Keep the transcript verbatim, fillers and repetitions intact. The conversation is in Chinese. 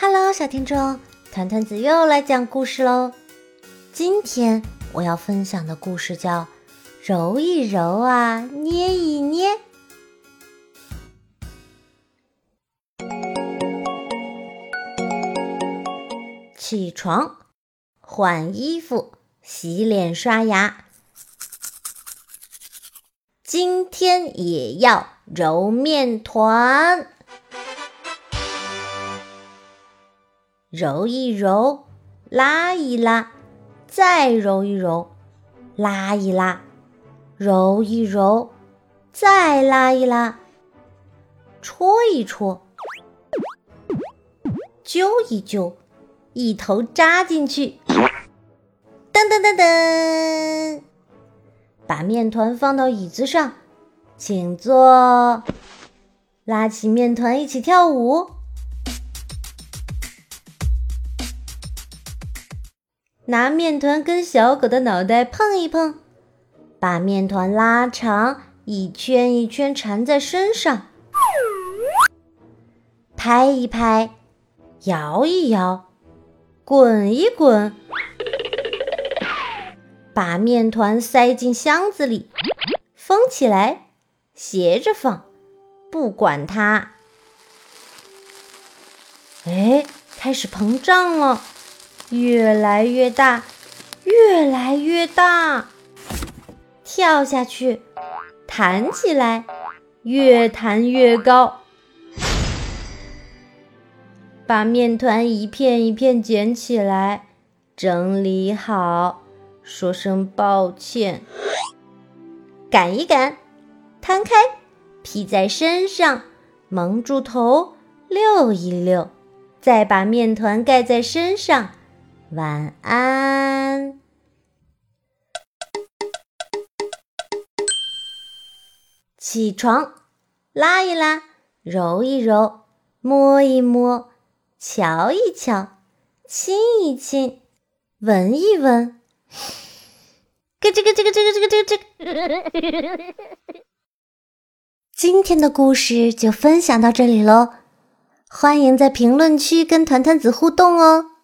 Hello， 小听众，团团子又来讲故事喽。今天我要分享的故事叫揉一揉啊，捏一捏。起床，换衣服，洗脸刷牙。今天也要揉面团。揉一揉，拉一拉，再揉一揉，拉一拉，揉一揉，再拉一拉，戳一戳，揪一揪，一头扎进去。噔噔噔噔，把面团放到椅子上，请坐。拉起面团一起跳舞。拿面团跟小狗的脑袋碰一碰，把面团拉长，一圈一圈缠在身上，拍一拍，摇一摇，滚一滚，把面团塞进箱子里，封起来，斜着放，不管它。哎，开始膨胀了。越来越大，越来越大，跳下去，弹起来，越弹越高。把面团一片一片捡起来，整理好，说声抱歉。擀一擀，摊开，披在身上，蒙住头，溜一溜，再把面团盖在身上。晚安。起床，拉一拉，揉一揉，摸一摸，瞧一瞧，亲一亲，闻一闻。咯吱咯吱咯吱咯吱咯吱咯吱。今天的故事就分享到这里咯，欢迎在评论区跟团团子互动哦。